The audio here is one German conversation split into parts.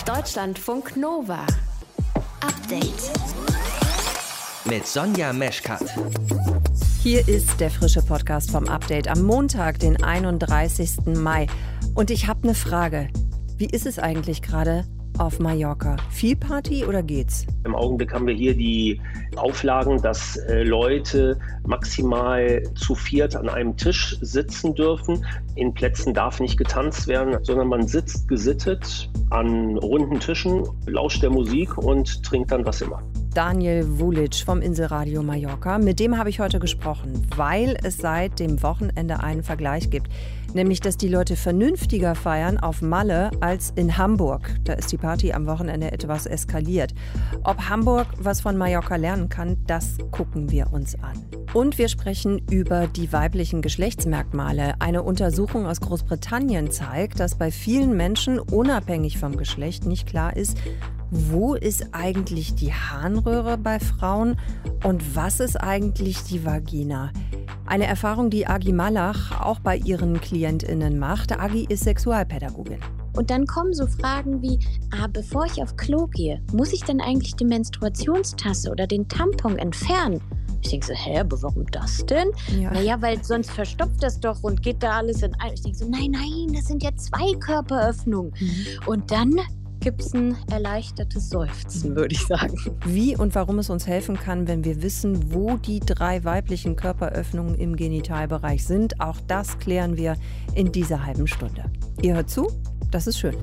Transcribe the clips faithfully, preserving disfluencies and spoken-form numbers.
Deutschlandfunk Nova. Update. Mit Sonja Meschkat. Hier ist der frische Podcast vom Update am Montag, den einunddreißigsten Mai. Und ich habe eine Frage. Wie ist es eigentlich gerade auf Mallorca? Viel Party oder geht's? Im Augenblick haben wir hier die Auflagen, dass äh, Leute maximal zu viert an einem Tisch sitzen dürfen. In Plätzen darf nicht getanzt werden, sondern man sitzt gesittet an runden Tischen, lauscht der Musik und trinkt dann was immer. Daniel Vulic vom Inselradio Mallorca. Mit dem habe ich heute gesprochen, weil es seit dem Wochenende einen Vergleich gibt. Nämlich, dass die Leute vernünftiger feiern auf Malle als in Hamburg. Da ist die Party am Wochenende etwas eskaliert. Ob Hamburg was von Mallorca lernen kann, das gucken wir uns an. Und wir sprechen über die weiblichen Geschlechtsmerkmale. Eine Untersuchung aus Großbritannien zeigt, dass bei vielen Menschen unabhängig vom Geschlecht nicht klar ist, wo ist eigentlich die Harnröhre bei Frauen und was ist eigentlich die Vagina? Eine Erfahrung, die Agi Malach auch bei ihren KlientInnen macht. Agi ist Sexualpädagogin. Und dann kommen so Fragen wie, ah, bevor ich auf Klo gehe, muss ich denn eigentlich die Menstruationstasse oder den Tampon entfernen? Ich denke so, hä, aber warum das denn? Ja. Naja, weil sonst verstopft das doch und geht da alles in ein. Ich denke so, nein, nein, das sind ja zwei Körperöffnungen. Mhm. Und dann gibt es ein erleichtertes Seufzen, würde ich sagen. Wie und warum es uns helfen kann, wenn wir wissen, wo die drei weiblichen Körperöffnungen im Genitalbereich sind, auch das klären wir in dieser halben Stunde. Ihr hört zu? Das ist schön.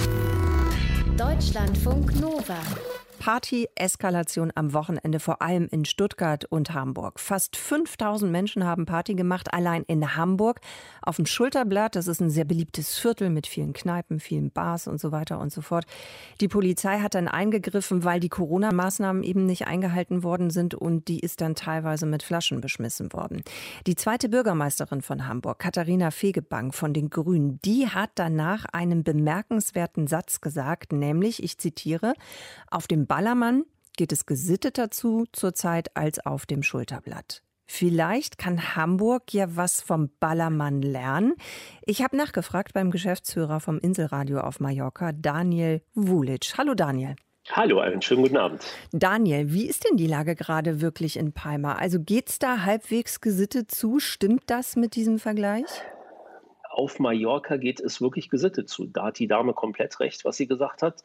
Deutschlandfunk Nova. Party-Eskalation am Wochenende, vor allem in Stuttgart und Hamburg. Fast fünftausend Menschen haben Party gemacht, allein in Hamburg. Auf dem Schulterblatt, das ist ein sehr beliebtes Viertel mit vielen Kneipen, vielen Bars und so weiter und so fort. Die Polizei hat dann eingegriffen, weil die Corona-Maßnahmen eben nicht eingehalten worden sind und die ist dann teilweise mit Flaschen beschmissen worden. Die zweite Bürgermeisterin von Hamburg, Katharina Fegebank von den Grünen, die hat danach einen bemerkenswerten Satz gesagt, nämlich, ich zitiere, auf dem Ballermann geht es gesitteter zu zurzeit als auf dem Schulterblatt. Vielleicht kann Hamburg ja was vom Ballermann lernen. Ich habe nachgefragt beim Geschäftsführer vom Inselradio auf Mallorca, Daniel Vulic. Hallo Daniel. Hallo, einen schönen guten Abend. Daniel, wie ist denn die Lage gerade wirklich in Palma? Also geht's da halbwegs gesittet zu? Stimmt das mit diesem Vergleich? Auf Mallorca geht es wirklich gesittet zu. Da hat die Dame komplett recht, was sie gesagt hat.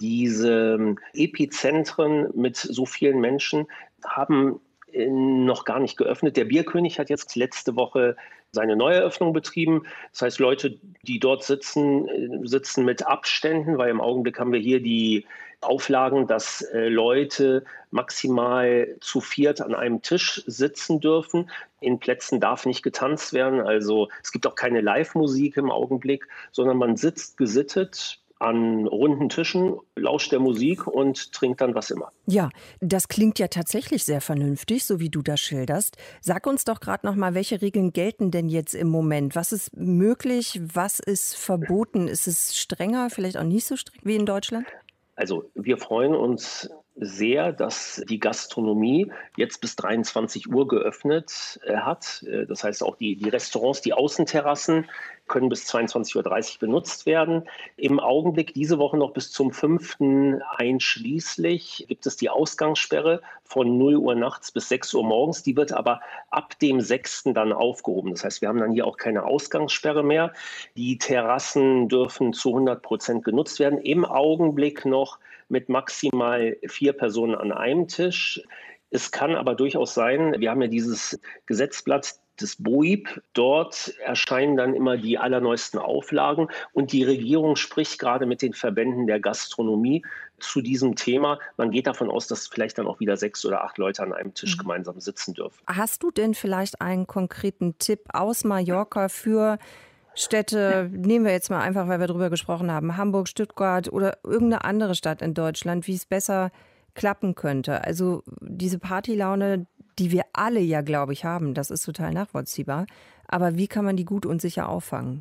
Diese Epizentren mit so vielen Menschen haben noch gar nicht geöffnet. Der Bierkönig hat jetzt letzte Woche seine Neueröffnung betrieben. Das heißt, Leute, die dort sitzen, sitzen mit Abständen, weil im Augenblick haben wir hier die Auflagen, dass äh, Leute maximal zu viert an einem Tisch sitzen dürfen. In Plätzen darf nicht getanzt werden. Also es gibt auch keine Live-Musik im Augenblick, sondern man sitzt gesittet an runden Tischen, lauscht der Musik und trinkt dann was immer. Ja, das klingt ja tatsächlich sehr vernünftig, so wie du das schilderst. Sag uns doch gerade noch mal, welche Regeln gelten denn jetzt im Moment? Was ist möglich? Was ist verboten? Ist es strenger, vielleicht auch nicht so streng wie in Deutschland? Also wir freuen uns sehr, dass die Gastronomie jetzt bis dreiundzwanzig Uhr geöffnet äh, hat. Äh, das heißt auch die, die Restaurants, die Außenterrassen können bis zweiundzwanzig Uhr dreißig benutzt werden. Im Augenblick diese Woche noch bis zum fünften einschließlich gibt es die Ausgangssperre von null Uhr nachts bis sechs Uhr morgens. Die wird aber ab dem sechsten dann aufgehoben. Das heißt, wir haben dann hier auch keine Ausgangssperre mehr. Die Terrassen dürfen zu hundert Prozent genutzt werden. Im Augenblick noch mit maximal vier Personen an einem Tisch. Es kann aber durchaus sein, wir haben ja dieses Gesetzblatt des B O I P, dort erscheinen dann immer die allerneuesten Auflagen und die Regierung spricht gerade mit den Verbänden der Gastronomie zu diesem Thema. Man geht davon aus, dass vielleicht dann auch wieder sechs oder acht Leute an einem Tisch gemeinsam sitzen dürfen. Hast du denn vielleicht einen konkreten Tipp aus Mallorca für Städte, nehmen wir jetzt mal einfach, weil wir darüber gesprochen haben, Hamburg, Stuttgart oder irgendeine andere Stadt in Deutschland, wie es besser klappen könnte? Also diese Partylaune, die wir alle ja, glaube ich, haben, das ist total nachvollziehbar. Aber wie kann man die gut und sicher auffangen?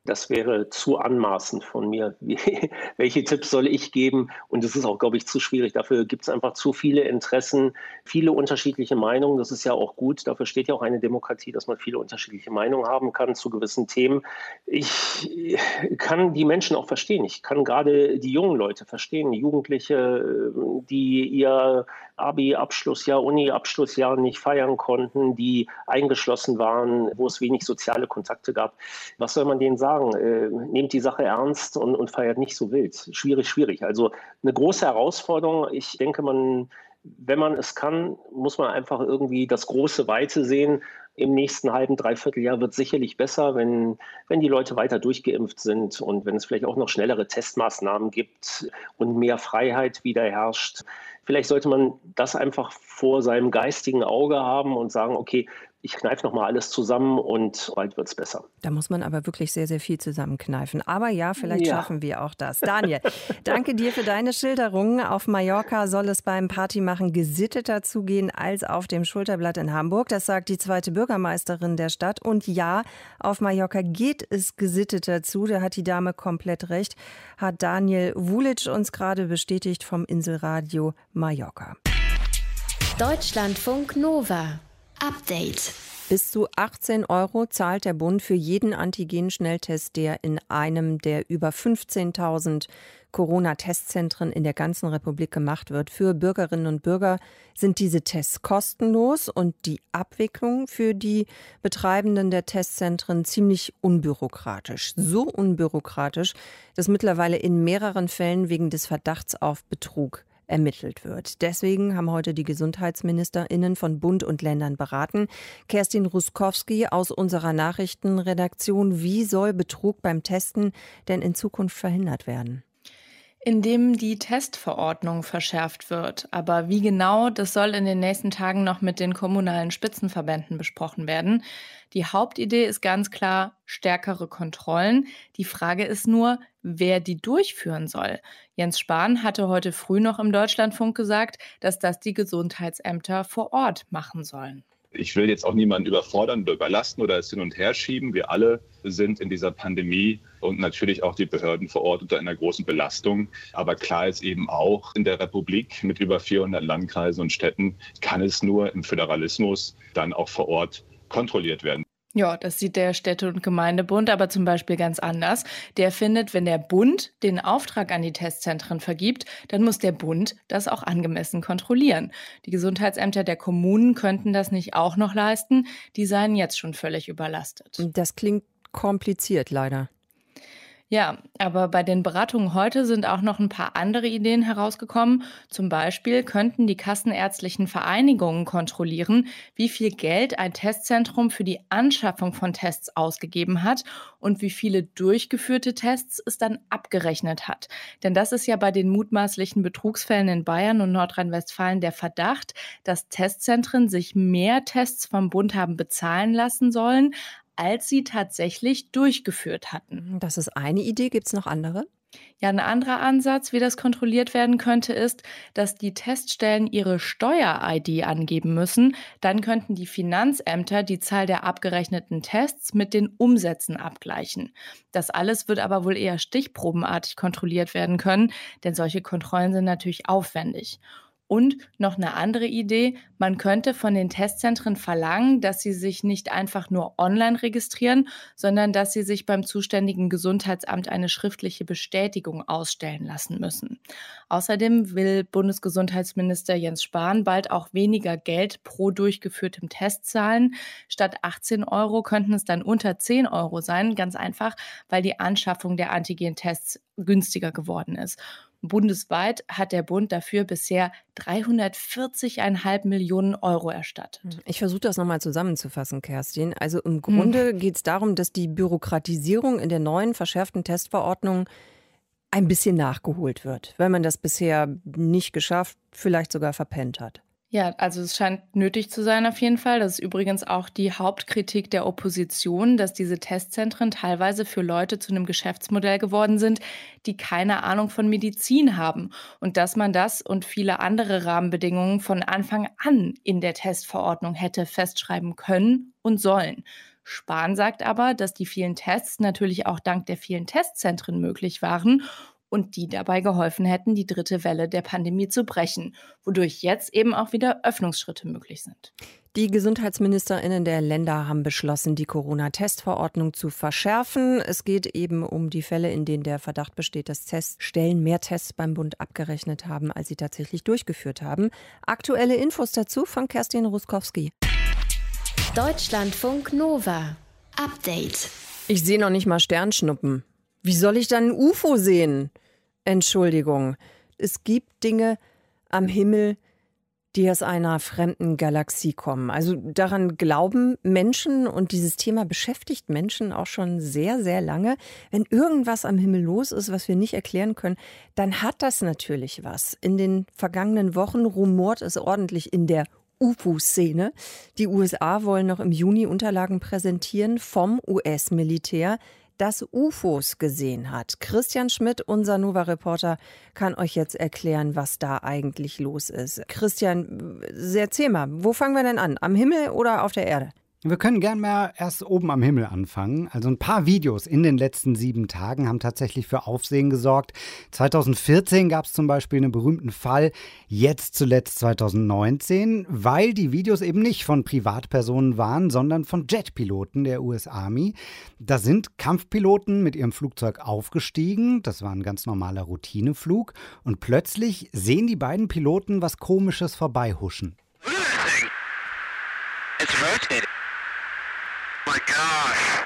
Das wäre zu anmaßend von mir. Wie, welche Tipps soll ich geben? Und es ist auch, glaube ich, zu schwierig. Dafür gibt es einfach zu viele Interessen, viele unterschiedliche Meinungen. Das ist ja auch gut. Dafür steht ja auch eine Demokratie, dass man viele unterschiedliche Meinungen haben kann zu gewissen Themen. Ich kann die Menschen auch verstehen. Ich kann gerade die jungen Leute verstehen, Jugendliche, die ihr Abi-Abschlussjahr, Uni-Abschlussjahr nicht feiern konnten, die eingeschlossen waren, wo es wenig soziale Kontakte gab. Was soll man denen sagen? Äh, nehmt die Sache ernst und, und feiert nicht so wild. Schwierig, schwierig. Also eine große Herausforderung. Ich denke, man, wenn man es kann, muss man einfach irgendwie das große Weite sehen. Im nächsten halben, dreiviertel Jahr wird es sicherlich besser, wenn, wenn die Leute weiter durchgeimpft sind und wenn es vielleicht auch noch schnellere Testmaßnahmen gibt und mehr Freiheit wieder herrscht. Vielleicht sollte man das einfach vor seinem geistigen Auge haben und sagen, okay, ich kneife noch mal alles zusammen und bald wird es besser. Da muss man aber wirklich sehr, sehr viel zusammenkneifen. Aber ja, vielleicht ja. schaffen wir auch das. Daniel, danke dir für deine Schilderungen. Auf Mallorca soll es beim Partymachen gesitteter zugehen als auf dem Schulterblatt in Hamburg. Das sagt die zweite Bürgermeisterin der Stadt. Und ja, auf Mallorca geht es gesitteter zu. Da hat die Dame komplett recht, hat Daniel Vulic uns gerade bestätigt vom Inselradio Mallorca. Deutschlandfunk Nova. Update. Bis zu achtzehn Euro zahlt der Bund für jeden Antigen-Schnelltest, der in einem der über fünfzehntausend Corona-Testzentren in der ganzen Republik gemacht wird. Für Bürgerinnen und Bürger sind diese Tests kostenlos und die Abwicklung für die Betreibenden der Testzentren ziemlich unbürokratisch. So unbürokratisch, dass mittlerweile in mehreren Fällen wegen des Verdachts auf Betrug ermittelt wird. Deswegen haben heute die GesundheitsministerInnen von Bund und Ländern beraten. Kerstin Ruskowski aus unserer Nachrichtenredaktion. Wie soll Betrug beim Testen denn in Zukunft verhindert werden? Indem die Testverordnung verschärft wird. Aber wie genau, das soll in den nächsten Tagen noch mit den kommunalen Spitzenverbänden besprochen werden. Die Hauptidee ist ganz klar stärkere Kontrollen. Die Frage ist nur, wer die durchführen soll. Jens Spahn hatte heute früh noch im Deutschlandfunk gesagt, dass das die Gesundheitsämter vor Ort machen sollen. Ich will jetzt auch niemanden überfordern oder überlasten oder es hin und her schieben. Wir alle sind in dieser Pandemie und natürlich auch die Behörden vor Ort unter einer großen Belastung. Aber klar ist eben auch, in der Republik mit über vierhundert Landkreisen und Städten kann es nur im Föderalismus dann auch vor Ort kontrolliert werden. Ja, das sieht der Städte- und Gemeindebund aber zum Beispiel ganz anders. Der findet, wenn der Bund den Auftrag an die Testzentren vergibt, dann muss der Bund das auch angemessen kontrollieren. Die Gesundheitsämter der Kommunen könnten das nicht auch noch leisten. Die seien jetzt schon völlig überlastet. Das klingt kompliziert, leider. Ja, aber bei den Beratungen heute sind auch noch ein paar andere Ideen herausgekommen. Zum Beispiel könnten die kassenärztlichen Vereinigungen kontrollieren, wie viel Geld ein Testzentrum für die Anschaffung von Tests ausgegeben hat und wie viele durchgeführte Tests es dann abgerechnet hat. Denn das ist ja bei den mutmaßlichen Betrugsfällen in Bayern und Nordrhein-Westfalen der Verdacht, dass Testzentren sich mehr Tests vom Bund haben bezahlen lassen sollen, als sie tatsächlich durchgeführt hatten. Das ist eine Idee. Gibt es noch andere? Ja, ein anderer Ansatz, wie das kontrolliert werden könnte, ist, dass die Teststellen ihre Steuer-I D angeben müssen. Dann könnten die Finanzämter die Zahl der abgerechneten Tests mit den Umsätzen abgleichen. Das alles wird aber wohl eher stichprobenartig kontrolliert werden können, denn solche Kontrollen sind natürlich aufwendig. Und noch eine andere Idee, man könnte von den Testzentren verlangen, dass sie sich nicht einfach nur online registrieren, sondern dass sie sich beim zuständigen Gesundheitsamt eine schriftliche Bestätigung ausstellen lassen müssen. Außerdem will Bundesgesundheitsminister Jens Spahn bald auch weniger Geld pro durchgeführtem Test zahlen. Statt achtzehn Euro könnten es dann unter zehn Euro sein, ganz einfach, weil die Anschaffung der Antigen-Tests günstiger geworden ist. Bundesweit hat der Bund dafür bisher dreihundertvierzig Komma fünf Millionen Euro erstattet. Ich versuche das nochmal zusammenzufassen, Kerstin. Also im Grunde hm. geht es darum, dass die Bürokratisierung in der neuen verschärften Testverordnung ein bisschen nachgeholt wird, weil man das bisher nicht geschafft, vielleicht sogar verpennt hat. Ja, also es scheint nötig zu sein auf jeden Fall. Das ist übrigens auch die Hauptkritik der Opposition, dass diese Testzentren teilweise für Leute zu einem Geschäftsmodell geworden sind, die keine Ahnung von Medizin haben. Und dass man das und viele andere Rahmenbedingungen von Anfang an in der Testverordnung hätte festschreiben können und sollen. Spahn sagt aber, dass die vielen Tests natürlich auch dank der vielen Testzentren möglich waren und die dabei geholfen hätten, die dritte Welle der Pandemie zu brechen, wodurch jetzt eben auch wieder Öffnungsschritte möglich sind. Die GesundheitsministerInnen der Länder haben beschlossen, die Corona-Testverordnung zu verschärfen. Es geht eben um die Fälle, in denen der Verdacht besteht, dass Teststellen mehr Tests beim Bund abgerechnet haben, als sie tatsächlich durchgeführt haben. Aktuelle Infos dazu von Kerstin Ruskowski. Deutschlandfunk Nova. Update. Ich sehe noch nicht mal Sternschnuppen. Wie soll ich dann ein U F O sehen? Entschuldigung. Es gibt Dinge am Himmel, die aus einer fremden Galaxie kommen. Also daran glauben Menschen und dieses Thema beschäftigt Menschen auch schon sehr, sehr lange. Wenn irgendwas am Himmel los ist, was wir nicht erklären können, dann hat das natürlich was. In den vergangenen Wochen rumort es ordentlich in der U F O-Szene. Die U S A wollen noch im Juni Unterlagen präsentieren vom U S-Militär, das U F Os gesehen hat. Christian Schmidt, unser Nova-Reporter, kann euch jetzt erklären, was da eigentlich los ist. Christian, erzähl mal, wo fangen wir denn an? Am Himmel oder auf der Erde? Wir können gern mal erst oben am Himmel anfangen. Also ein paar Videos in den letzten sieben Tagen haben tatsächlich für Aufsehen gesorgt. zweitausendvierzehn gab es zum Beispiel einen berühmten Fall, jetzt zuletzt zweitausendneunzehn, weil die Videos eben nicht von Privatpersonen waren, sondern von Jetpiloten der U S Army. Da sind Kampfpiloten mit ihrem Flugzeug aufgestiegen, das war ein ganz normaler Routineflug, und plötzlich sehen die beiden Piloten was Komisches vorbeihuschen. It's rotating. Oh my gosh.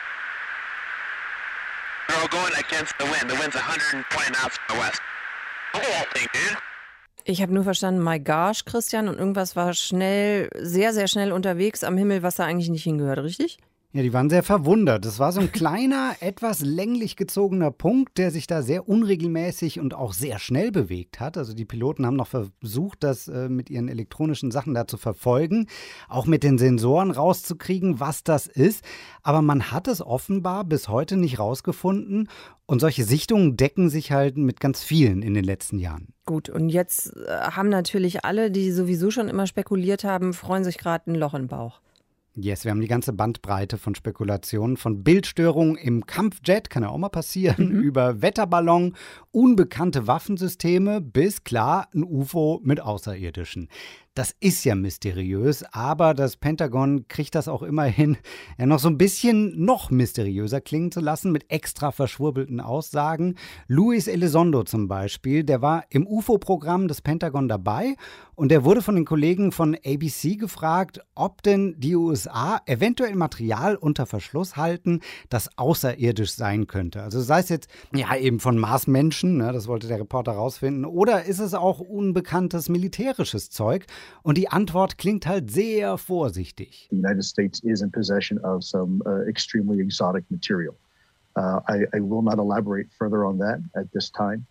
They're all going against the wind. The wind's one hundred twenty knots from the west. Look at that thing, dude. Ich habe nur verstanden, my gosh, Christian, und irgendwas war schnell, sehr, sehr schnell unterwegs am Himmel, was da eigentlich nicht hingehört, richtig? Ja, die waren sehr verwundert. Das war so ein kleiner, etwas länglich gezogener Punkt, der sich da sehr unregelmäßig und auch sehr schnell bewegt hat. Also die Piloten haben noch versucht, das äh, mit ihren elektronischen Sachen da zu verfolgen, auch mit den Sensoren rauszukriegen, was das ist. Aber man hat es offenbar bis heute nicht rausgefunden. Und solche Sichtungen decken sich halt mit ganz vielen in den letzten Jahren. Gut, und jetzt haben natürlich alle, die sowieso schon immer spekuliert haben, freuen sich gerade ein Loch im Bauch. Yes, wir haben die ganze Bandbreite von Spekulationen, von Bildstörungen im Kampfjet, kann ja auch mal passieren, mhm. über Wetterballon, unbekannte Waffensysteme bis, klar, ein U F O mit Außerirdischen. Das ist ja mysteriös, aber das Pentagon kriegt das auch immerhin ja noch so ein bisschen noch mysteriöser klingen zu lassen mit extra verschwurbelten Aussagen. Luis Elizondo zum Beispiel, der war im U F O-Programm des Pentagon dabei und der wurde von den Kollegen von A B C gefragt, ob denn die U S A eventuell Material unter Verschluss halten, das außerirdisch sein könnte. Also sei es jetzt ja eben von Marsmenschen, ne, das wollte der Reporter rausfinden, oder ist es auch unbekanntes militärisches Zeug? Und die Antwort klingt halt sehr vorsichtig. The United States is in possession of some uh, extremely exotic material. Uh, I, I will not elaborate further on that at this time.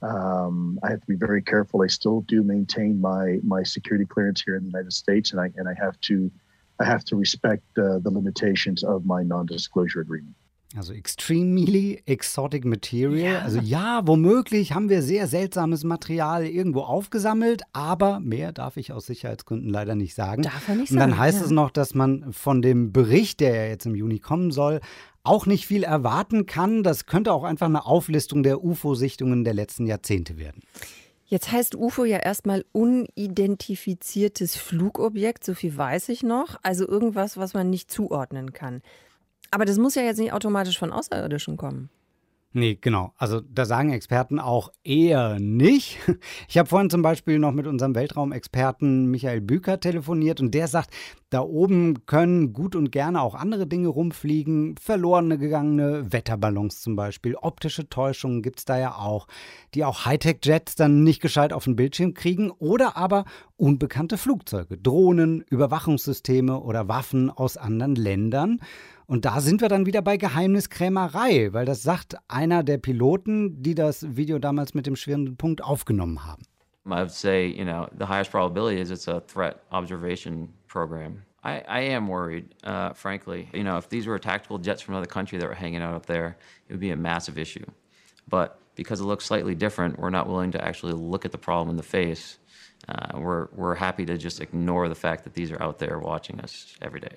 Um, I have to be very careful. I still do maintain my my security clearance here in the United States, and I and I have to I have to respect uh, the limitations of my non-disclosure agreement. Also extremely exotic material. Ja. Also ja, womöglich haben wir sehr seltsames Material irgendwo aufgesammelt, aber mehr darf ich aus Sicherheitsgründen leider nicht sagen. Darf er nicht Und dann sagen, heißt ja. es noch, dass man von dem Bericht, der ja jetzt im Juni kommen soll, auch nicht viel erwarten kann. Das könnte auch einfach eine Auflistung der U F O-Sichtungen der letzten Jahrzehnte werden. Jetzt heißt U F O ja erstmal unidentifiziertes Flugobjekt, so viel weiß ich noch. Also irgendwas, was man nicht zuordnen kann. Aber das muss ja jetzt nicht automatisch von Außerirdischen kommen. Nee, genau. Also da sagen Experten auch eher nicht. Ich habe vorhin zum Beispiel noch mit unserem Weltraumexperten Michael Büker telefoniert und der sagt, da oben können gut und gerne auch andere Dinge rumfliegen, verlorene gegangene Wetterballons zum Beispiel, optische Täuschungen gibt es da ja auch, die auch Hightech-Jets dann nicht gescheit auf den Bildschirm kriegen oder aber unbekannte Flugzeuge, Drohnen, Überwachungssysteme oder Waffen aus anderen Ländern. Und da sind wir dann wieder bei Geheimniskrämerei, weil das sagt einer der Piloten, die das Video damals mit dem schwirrenden Punkt aufgenommen haben. I would say, you know, the highest probability is it's a threat observation program. I, I am worried, uh, frankly. You know, if these were tactical jets from another country that were hanging out up there, it would be a massive issue. But because it looks slightly different, we're not willing to actually look at the problem in the face. Uh, we're, we're happy to just ignore the fact that these are out there watching us every day.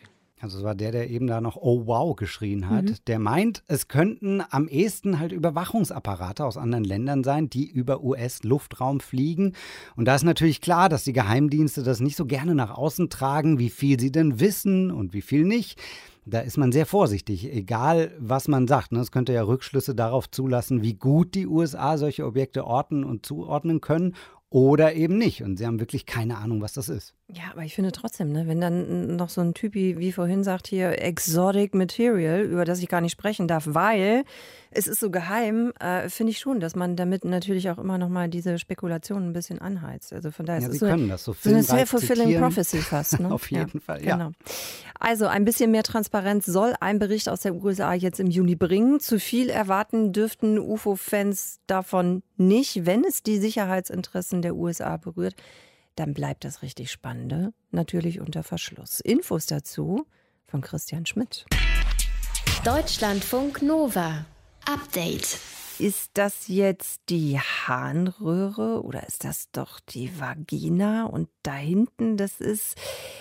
Also es war der, der eben da noch "Oh wow" geschrien hat. Mhm. Der meint, es könnten am ehesten halt Überwachungsapparate aus anderen Ländern sein, die über U S-Luftraum fliegen. Und da ist natürlich klar, dass die Geheimdienste das nicht so gerne nach außen tragen, wie viel sie denn wissen und wie viel nicht. Da ist man sehr vorsichtig, egal was man sagt. Es könnte ja Rückschlüsse darauf zulassen, wie gut die U S A solche Objekte orten und zuordnen können oder eben nicht. Und sie haben wirklich keine Ahnung, was das ist. Ja, aber ich finde trotzdem, ne, wenn dann noch so ein Typi, wie vorhin sagt hier, Exotic Material, über das ich gar nicht sprechen darf, weil es ist so geheim, äh, finde ich schon, dass man damit natürlich auch immer noch mal diese Spekulationen ein bisschen anheizt. Also von daher Ja, ist sie es so, können das so so eine filmreif self-fulfilling zitieren. prophecy fast. Ne? Auf jeden ja, Fall, ja. Genau. Also ein bisschen mehr Transparenz soll ein Bericht aus der U S A jetzt im Juni bringen. Zu viel erwarten dürften U F O-Fans davon nicht, wenn es die Sicherheitsinteressen der U S A berührt. Dann bleibt das richtig Spannende, natürlich unter Verschluss. Infos dazu von Christian Schmidt. Deutschlandfunk Nova. Update. Ist das jetzt die Harnröhre oder ist das doch die Vagina? Und da hinten, das ist,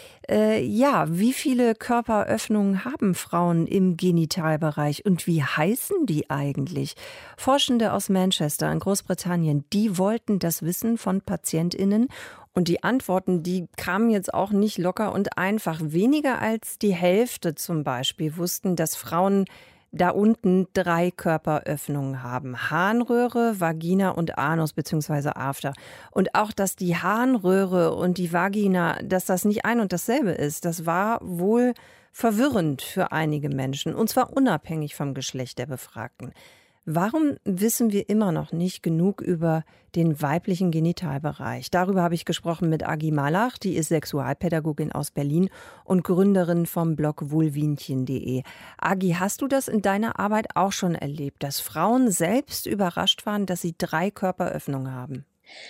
äh, ja, wie viele Körperöffnungen haben Frauen im Genitalbereich und wie heißen die eigentlich? Forschende aus Manchester in Großbritannien, die wollten das wissen von PatientInnen. Und die Antworten, die kamen jetzt auch nicht locker und einfach. Weniger als die Hälfte zum Beispiel wussten, dass Frauen da unten drei Körperöffnungen haben. Harnröhre, Vagina und Anus bzw. After. Und auch, dass die Harnröhre und die Vagina, dass das nicht ein und dasselbe ist, das war wohl verwirrend für einige Menschen. Und zwar unabhängig vom Geschlecht der Befragten. Warum wissen wir immer noch nicht genug über den weiblichen Genitalbereich? Darüber habe ich gesprochen mit Agi Malach, die ist Sexualpädagogin aus Berlin und Gründerin vom Blog vulvinchen punkt de. Agi, hast du das in deiner Arbeit auch schon erlebt, dass Frauen selbst überrascht waren, dass sie drei Körperöffnungen haben?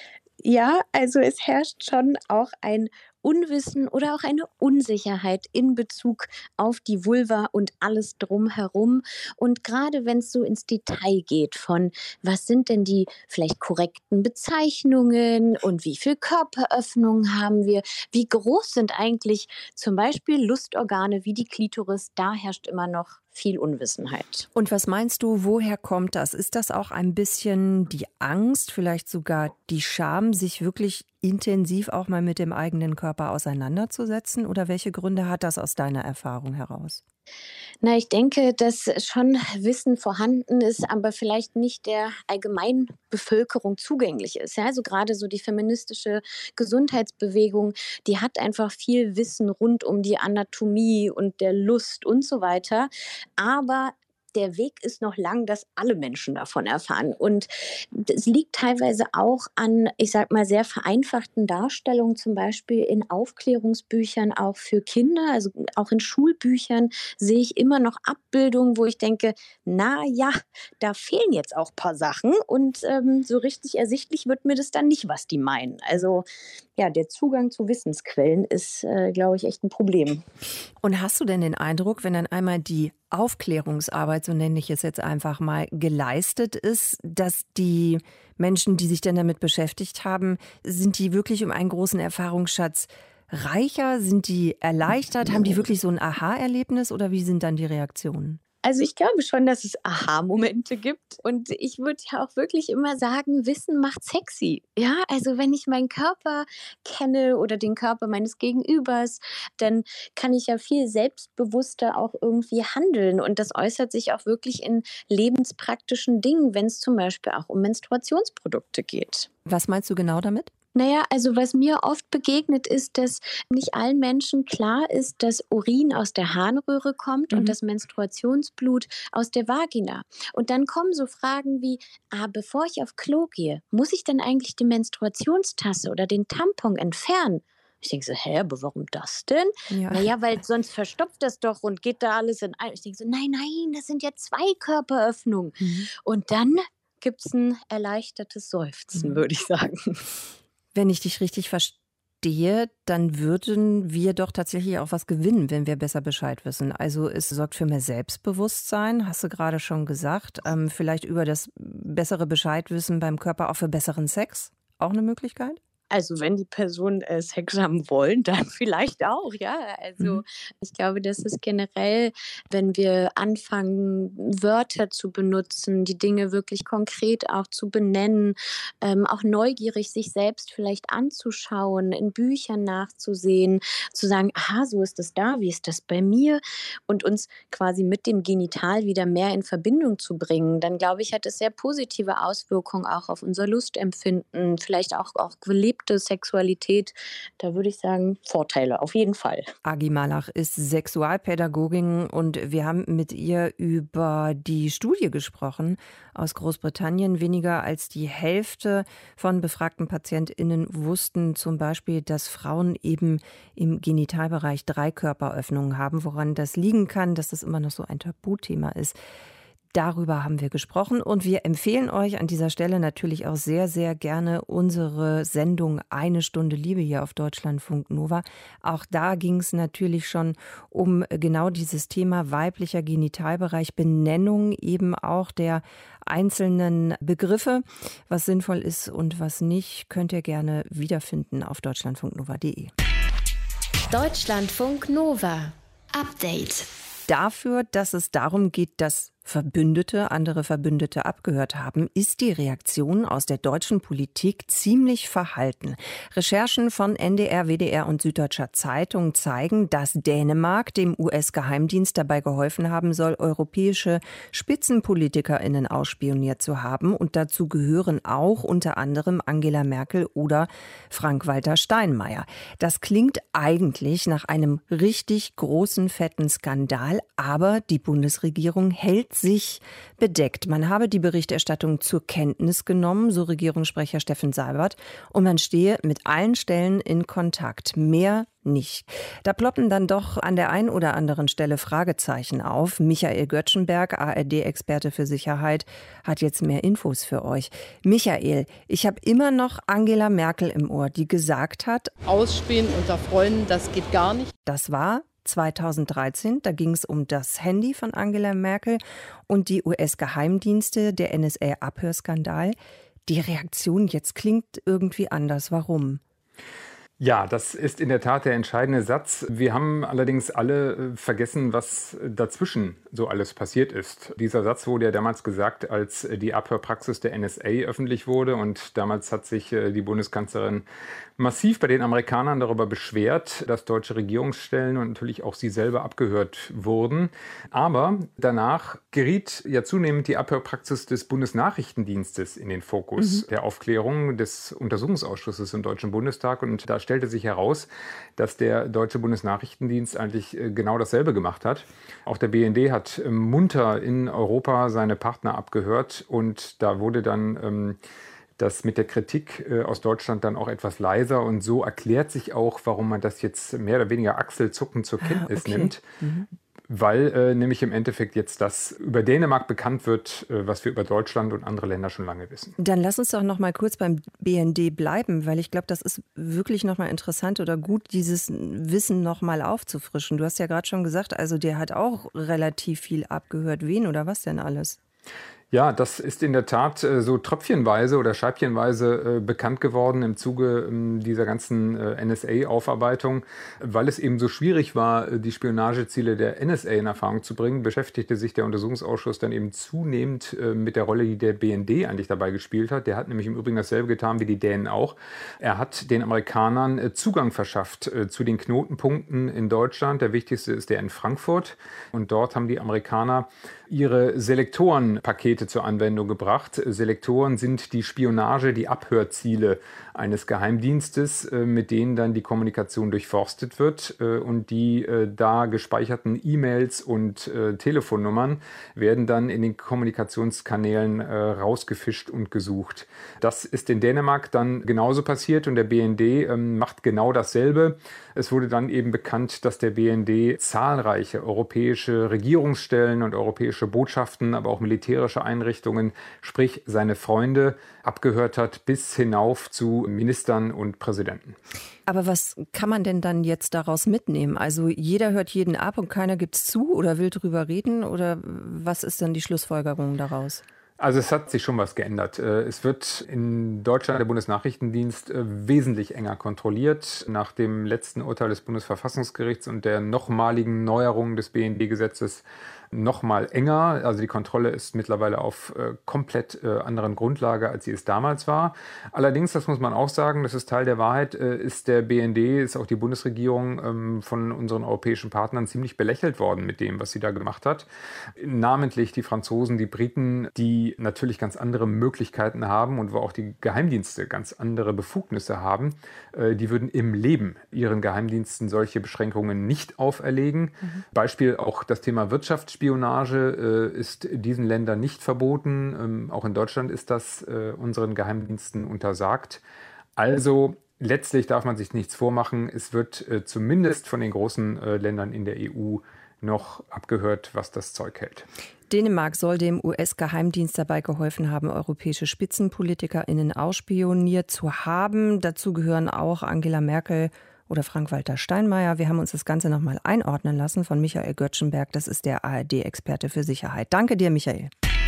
Ja, also es herrscht schon auch ein Unwissen oder auch eine Unsicherheit in Bezug auf die Vulva und alles drumherum. Und gerade wenn es so ins Detail geht von, was sind denn die vielleicht korrekten Bezeichnungen und wie viele Körperöffnungen haben wir, wie groß sind eigentlich zum Beispiel Lustorgane wie die Klitoris, da herrscht immer noch viel Unwissenheit. Und was meinst du, woher kommt das? Ist das auch ein bisschen die Angst, vielleicht sogar die Scham, sich wirklich intensiv auch mal mit dem eigenen Körper auseinanderzusetzen? Oder welche Gründe hat das aus deiner Erfahrung heraus? Na, ich denke, dass schon Wissen vorhanden ist, aber vielleicht nicht der allgemeinen Bevölkerung zugänglich ist. Ja, also gerade so die feministische Gesundheitsbewegung, die hat einfach viel Wissen rund um die Anatomie und der Lust und so weiter. Aber der Weg ist noch lang, dass alle Menschen davon erfahren. Und es liegt teilweise auch an, ich sag mal, sehr vereinfachten Darstellungen, zum Beispiel in Aufklärungsbüchern auch für Kinder, also auch in Schulbüchern sehe ich immer noch Abbildungen, wo ich denke, na ja, da fehlen jetzt auch ein paar Sachen und ähm, so richtig ersichtlich wird mir das dann nicht, was die meinen. Also ja, der Zugang zu Wissensquellen ist, äh, glaube ich, echt ein Problem. Und hast du denn den Eindruck, wenn dann einmal die Aufklärungsarbeit, so nenne ich es jetzt einfach mal, geleistet ist, dass die Menschen, die sich denn damit beschäftigt haben, sind die wirklich um einen großen Erfahrungsschatz reicher? Sind die erleichtert? Haben die wirklich so ein Aha-Erlebnis oder wie sind dann die Reaktionen? Also ich glaube schon, dass es Aha-Momente gibt und ich würde ja auch wirklich immer sagen, Wissen macht sexy. Ja, also wenn ich meinen Körper kenne oder den Körper meines Gegenübers, dann kann ich ja viel selbstbewusster auch irgendwie handeln und das äußert sich auch wirklich in lebenspraktischen Dingen, wenn es zum Beispiel auch um Menstruationsprodukte geht. Was meinst du genau damit? Naja, also was mir oft begegnet ist, dass nicht allen Menschen klar ist, dass Urin aus der Harnröhre kommt mhm. und das Menstruationsblut aus der Vagina. Und dann kommen so Fragen wie, ah, bevor ich auf Klo gehe, muss ich dann eigentlich die Menstruationstasse oder den Tampon entfernen? Ich denke so, hä, aber warum das denn? Ja. Naja, weil sonst verstopft das doch und geht da alles in ein. Ich denke so, nein, nein, das sind ja zwei Körperöffnungen. Mhm. Und dann gibt es ein erleichtertes Seufzen, mhm. würde ich sagen. Wenn ich dich richtig verstehe, dann würden wir doch tatsächlich auch was gewinnen, wenn wir besser Bescheid wissen. Also es sorgt für mehr Selbstbewusstsein, hast du gerade schon gesagt. Ähm, vielleicht über das bessere Bescheidwissen beim Körper auch für besseren Sex, auch eine Möglichkeit? Also wenn die Personen äh, Sex haben wollen, dann vielleicht auch, ja. Also Mhm. ich glaube, das ist generell, wenn wir anfangen, Wörter zu benutzen, die Dinge wirklich konkret auch zu benennen, ähm, auch neugierig sich selbst vielleicht anzuschauen, in Büchern nachzusehen, zu sagen, aha, so ist das da, wie ist das bei mir? Und uns quasi mit dem Genital wieder mehr in Verbindung zu bringen, dann glaube ich, hat es sehr positive Auswirkungen auch auf unser Lustempfinden, vielleicht auch, auch gelebte Sexualität. Da würde ich sagen, Vorteile, auf jeden Fall. Agi Malach ist Sexualpädagogin und wir haben mit ihr über die Studie gesprochen aus Großbritannien. Weniger als die Hälfte von befragten PatientInnen wussten zum Beispiel, dass Frauen eben im Genitalbereich drei Körperöffnungen haben, woran das liegen kann, dass das immer noch so ein Tabuthema ist. Darüber haben wir gesprochen und wir empfehlen euch an dieser Stelle natürlich auch sehr, sehr gerne unsere Sendung Eine Stunde Liebe hier auf Deutschlandfunk Nova. Auch da ging es natürlich schon um genau dieses Thema weiblicher Genitalbereich, Benennung eben auch der einzelnen Begriffe. Was sinnvoll ist und was nicht, könnt ihr gerne wiederfinden auf deutschlandfunknova punkt de. Deutschlandfunk Nova. Update. Dafür, dass es darum geht, dass Verbündete andere Verbündete abgehört haben, ist die Reaktion aus der deutschen Politik ziemlich verhalten. Recherchen von N D R, W D R und Süddeutscher Zeitung zeigen, dass Dänemark dem U S-Geheimdienst dabei geholfen haben soll, europäische SpitzenpolitikerInnen ausspioniert zu haben. Und dazu gehören auch unter anderem Angela Merkel oder Frank-Walter Steinmeier. Das klingt eigentlich nach einem richtig großen, fetten Skandal, aber die Bundesregierung hält sich bedeckt. Man habe die Berichterstattung zur Kenntnis genommen, so Regierungssprecher Steffen Seibert, und man stehe mit allen Stellen in Kontakt. Mehr nicht. Da ploppen dann doch an der einen oder anderen Stelle Fragezeichen auf. Michael Göttschenberg, A R D-Experte für Sicherheit, hat jetzt mehr Infos für euch. Michael, ich habe immer noch Angela Merkel im Ohr, die gesagt hat, Ausspähen unter Freunden, das geht gar nicht. Das war zweitausenddreizehn, da ging es um das Handy von Angela Merkel und die U S-Geheimdienste, der N S A-Abhörskandal. Die Reaktion jetzt klingt irgendwie anders. Warum? Ja, das ist in der Tat der entscheidende Satz. Wir haben allerdings alle vergessen, was dazwischen so alles passiert ist. Dieser Satz wurde ja damals gesagt, als die Abhörpraxis der N S A öffentlich wurde. Und damals hat sich die Bundeskanzlerin massiv bei den Amerikanern darüber beschwert, dass deutsche Regierungsstellen und natürlich auch sie selber abgehört wurden. Aber danach geriet ja zunehmend die Abhörpraxis des Bundesnachrichtendienstes in den Fokus mhm. der Aufklärung des Untersuchungsausschusses im Deutschen Bundestag. Und da stellte sich heraus, dass der Deutsche Bundesnachrichtendienst eigentlich genau dasselbe gemacht hat. Auch der B N D hat munter in Europa seine Partner abgehört und da wurde dann ähm, das mit der Kritik äh, aus Deutschland dann auch etwas leiser und so erklärt sich auch, warum man das jetzt mehr oder weniger achselzuckend zur Kenntnis okay. nimmt. Mhm. Weil äh, nämlich im Endeffekt jetzt das über Dänemark bekannt wird, äh, was wir über Deutschland und andere Länder schon lange wissen. Dann lass uns doch noch mal kurz beim B N D bleiben, weil ich glaube, das ist wirklich noch mal interessant oder gut, dieses Wissen noch mal aufzufrischen. Du hast ja gerade schon gesagt, also der hat auch relativ viel abgehört. Wen oder was denn alles? Ja, das ist in der Tat äh, so tröpfchenweise oder scheibchenweise äh, bekannt geworden im Zuge äh, dieser ganzen äh, N S A-Aufarbeitung. Weil es eben so schwierig war, die Spionageziele der N S A in Erfahrung zu bringen, beschäftigte sich der Untersuchungsausschuss dann eben zunehmend äh, mit der Rolle, die der B N D eigentlich dabei gespielt hat. Der hat nämlich im Übrigen dasselbe getan wie die Dänen auch. Er hat den Amerikanern äh, Zugang verschafft äh, zu den Knotenpunkten in Deutschland. Der wichtigste ist der in Frankfurt. Und dort haben die Amerikaner ihre Selektorenpakete zur Anwendung gebracht. Selektoren sind die Spionage, die Abhörziele eines Geheimdienstes, mit denen dann die Kommunikation durchforstet wird. Und die da gespeicherten E-Mails und Telefonnummern werden dann in den Kommunikationskanälen rausgefischt und gesucht. Das ist in Dänemark dann genauso passiert und der B N D macht genau dasselbe. Es wurde dann eben bekannt, dass der B N D zahlreiche europäische Regierungsstellen und europäische Botschaften, aber auch militärische Einrichtungen, sprich seine Freunde, abgehört hat, bis hinauf zu Ministern und Präsidenten. Aber was kann man denn dann jetzt daraus mitnehmen? Also jeder hört jeden ab und keiner gibt's zu oder will drüber reden? Oder was ist dann die Schlussfolgerung daraus? Also es hat sich schon was geändert. Es wird in Deutschland der Bundesnachrichtendienst wesentlich enger kontrolliert. Nach dem letzten Urteil des Bundesverfassungsgerichts und der nochmaligen Neuerung des B N D-Gesetzes noch mal enger. Also die Kontrolle ist mittlerweile auf äh, komplett äh, anderen Grundlage, als sie es damals war. Allerdings, das muss man auch sagen, das ist Teil der Wahrheit, äh, ist der B N D, ist auch die Bundesregierung ähm, von unseren europäischen Partnern ziemlich belächelt worden mit dem, was sie da gemacht hat. Namentlich die Franzosen, die Briten, die natürlich ganz andere Möglichkeiten haben und wo auch die Geheimdienste ganz andere Befugnisse haben. Äh, die würden im Leben ihren Geheimdiensten solche Beschränkungen nicht auferlegen. Mhm. Beispiel auch das Thema Wirtschaftsspionage. Spionage äh, ist diesen Ländern nicht verboten. Ähm, auch in Deutschland ist das äh, unseren Geheimdiensten untersagt. Also letztlich darf man sich nichts vormachen. Es wird äh, zumindest von den großen äh, Ländern in der E U noch abgehört, was das Zeug hält. Dänemark soll dem U S-Geheimdienst dabei geholfen haben, europäische SpitzenpolitikerInnen ausspioniert zu haben. Dazu gehören auch Angela Merkel oder Frank-Walter Steinmeier. Wir haben uns das Ganze nochmal einordnen lassen von Michael Göttschenberg. Das ist der A R D-Experte für Sicherheit. Danke dir, Michael.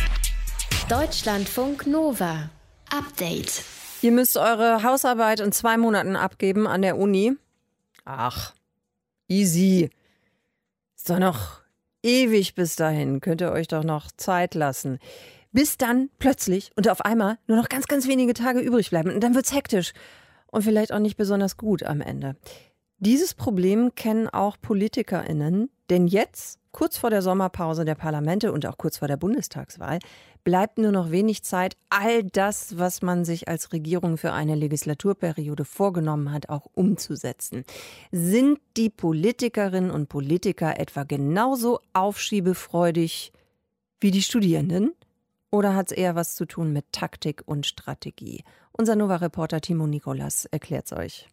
Deutschlandfunk Nova. Update. Ihr müsst eure Hausarbeit in zwei Monaten abgeben an der Uni. Ach, easy. Ist doch noch ewig bis dahin. Könnt ihr euch doch noch Zeit lassen. Bis dann plötzlich und auf einmal nur noch ganz, ganz wenige Tage übrig bleiben. Und dann wird's hektisch. Und vielleicht auch nicht besonders gut am Ende. Dieses Problem kennen auch PolitikerInnen, denn jetzt, kurz vor der Sommerpause der Parlamente und auch kurz vor der Bundestagswahl, bleibt nur noch wenig Zeit, all das, was man sich als Regierung für eine Legislaturperiode vorgenommen hat, auch umzusetzen. Sind die Politikerinnen und Politiker etwa genauso aufschiebefreudig wie die Studierenden? Oder hat es eher was zu tun mit Taktik und Strategie? Unser Nova-Reporter Timo Nikolas erklärt es euch.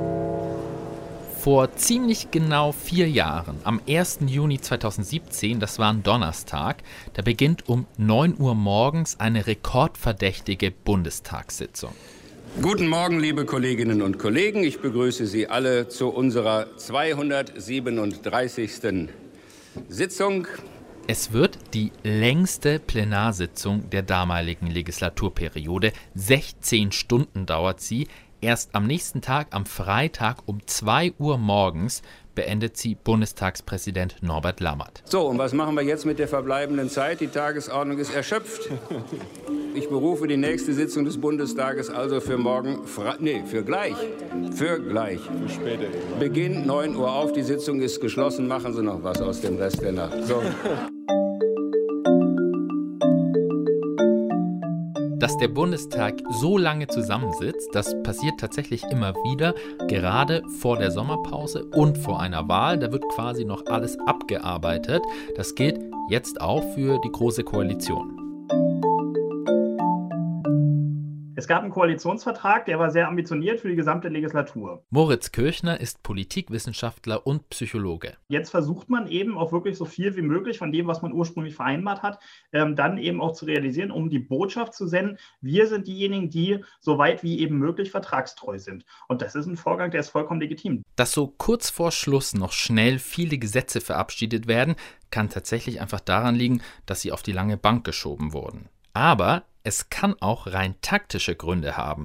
Vor ziemlich genau vier Jahren, am ersten Juni zweitausendsiebzehn, das war ein Donnerstag, da beginnt um neun Uhr morgens eine rekordverdächtige Bundestagssitzung. Guten Morgen, liebe Kolleginnen und Kollegen. Ich begrüße Sie alle zu unserer zweihundertsiebenunddreißigsten Sitzung. Es wird die längste Plenarsitzung der damaligen Legislaturperiode. sechzehn Stunden dauert sie. Erst am nächsten Tag, am Freitag um zwei Uhr morgens, beendet sie Bundestagspräsident Norbert Lammert. So, und was machen wir jetzt mit der verbleibenden Zeit? Die Tagesordnung ist erschöpft. Ich berufe die nächste Sitzung des Bundestages also für morgen, Fra- nee, für gleich, für gleich. Für später. Beginn neun Uhr auf, die Sitzung ist geschlossen. Machen Sie noch was aus dem Rest der Nacht. So. Dass der Bundestag so lange zusammensitzt, das passiert tatsächlich immer wieder, gerade vor der Sommerpause und vor einer Wahl. Da wird quasi noch alles abgearbeitet. Das gilt jetzt auch für die Große Koalition. Es gab einen Koalitionsvertrag, der war sehr ambitioniert für die gesamte Legislatur. Moritz Kirchner ist Politikwissenschaftler und Psychologe. Jetzt versucht man eben auch wirklich so viel wie möglich von dem, was man ursprünglich vereinbart hat, ähm, dann eben auch zu realisieren, um die Botschaft zu senden, wir sind diejenigen, die so weit wie eben möglich vertragstreu sind. Und das ist ein Vorgang, der ist vollkommen legitim. Dass so kurz vor Schluss noch schnell viele Gesetze verabschiedet werden, kann tatsächlich einfach daran liegen, dass sie auf die lange Bank geschoben wurden. Aber es kann auch rein taktische Gründe haben.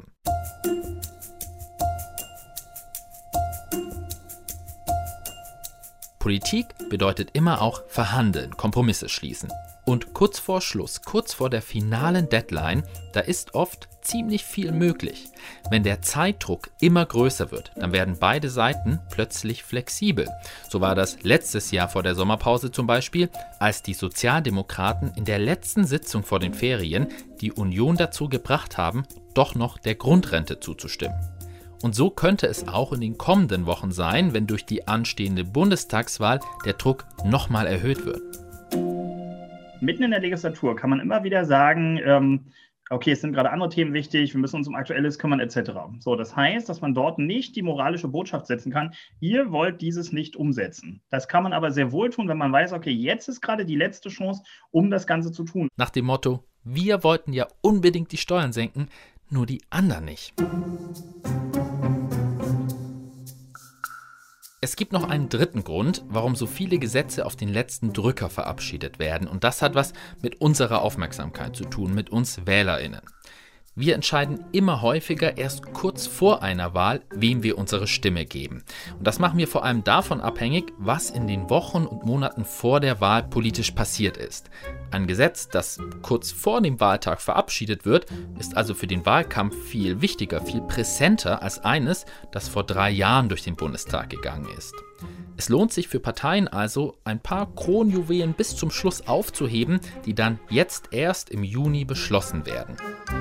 Politik bedeutet immer auch verhandeln, Kompromisse schließen. Und kurz vor Schluss, kurz vor der finalen Deadline, da ist oft ziemlich viel möglich. Wenn der Zeitdruck immer größer wird, dann werden beide Seiten plötzlich flexibel. So war das letztes Jahr vor der Sommerpause zum Beispiel, als die Sozialdemokraten in der letzten Sitzung vor den Ferien die Union dazu gebracht haben, doch noch der Grundrente zuzustimmen. Und so könnte es auch in den kommenden Wochen sein, wenn durch die anstehende Bundestagswahl der Druck nochmal erhöht wird. Mitten in der Legislatur kann man immer wieder sagen, ähm, okay, es sind gerade andere Themen wichtig, wir müssen uns um Aktuelles kümmern et cetera. So, das heißt, dass man dort nicht die moralische Botschaft setzen kann, ihr wollt dieses nicht umsetzen. Das kann man aber sehr wohl tun, wenn man weiß, okay, jetzt ist gerade die letzte Chance, um das Ganze zu tun. Nach dem Motto, wir wollten ja unbedingt die Steuern senken, nur die anderen nicht. Es gibt noch einen dritten Grund, warum so viele Gesetze auf den letzten Drücker verabschiedet werden. Und das hat was mit unserer Aufmerksamkeit zu tun, mit uns WählerInnen. Wir entscheiden immer häufiger erst kurz vor einer Wahl, wem wir unsere Stimme geben. Und das machen wir vor allem davon abhängig, was in den Wochen und Monaten vor der Wahl politisch passiert ist. Ein Gesetz, das kurz vor dem Wahltag verabschiedet wird, ist also für den Wahlkampf viel wichtiger, viel präsenter als eines, das vor drei Jahren durch den Bundestag gegangen ist. Es lohnt sich für Parteien also, ein paar Kronjuwelen bis zum Schluss aufzuheben, die dann jetzt erst im Juni beschlossen werden.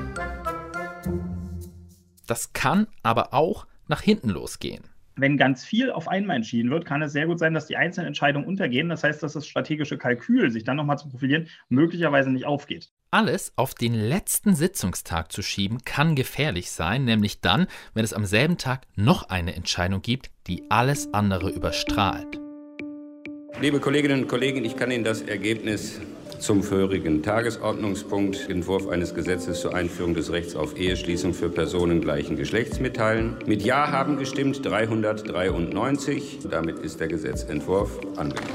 Das kann aber auch nach hinten losgehen. Wenn ganz viel auf einmal entschieden wird, kann es sehr gut sein, dass die einzelnen Entscheidungen untergehen. Das heißt, dass das strategische Kalkül, sich dann nochmal zu profilieren, möglicherweise nicht aufgeht. Alles auf den letzten Sitzungstag zu schieben, kann gefährlich sein, nämlich dann, wenn es am selben Tag noch eine Entscheidung gibt, die alles andere überstrahlt. Liebe Kolleginnen und Kollegen, ich kann Ihnen das Ergebnis zum vorherigen Tagesordnungspunkt, Entwurf eines Gesetzes zur Einführung des Rechts auf Eheschließung für Personen gleichen Geschlechts mitteilen. Mit Ja haben gestimmt dreihundertdreiundneunzig. Damit ist der Gesetzentwurf angenommen.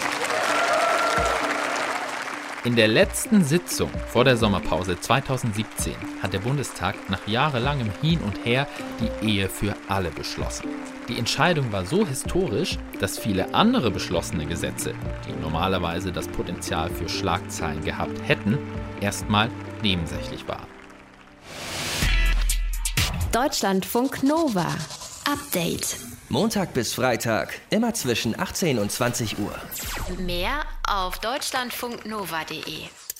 In der letzten Sitzung vor der Sommerpause zweitausendsiebzehn hat der Bundestag nach jahrelangem Hin und Her die Ehe für alle beschlossen. Die Entscheidung war so historisch, dass viele andere beschlossene Gesetze, die normalerweise das Potenzial für Schlagzeilen gehabt hätten, erstmal nebensächlich waren. Deutschlandfunk Nova. Update. Montag bis Freitag, immer zwischen achtzehn und zwanzig Uhr. Mehr auf deutschlandfunknova punkt de.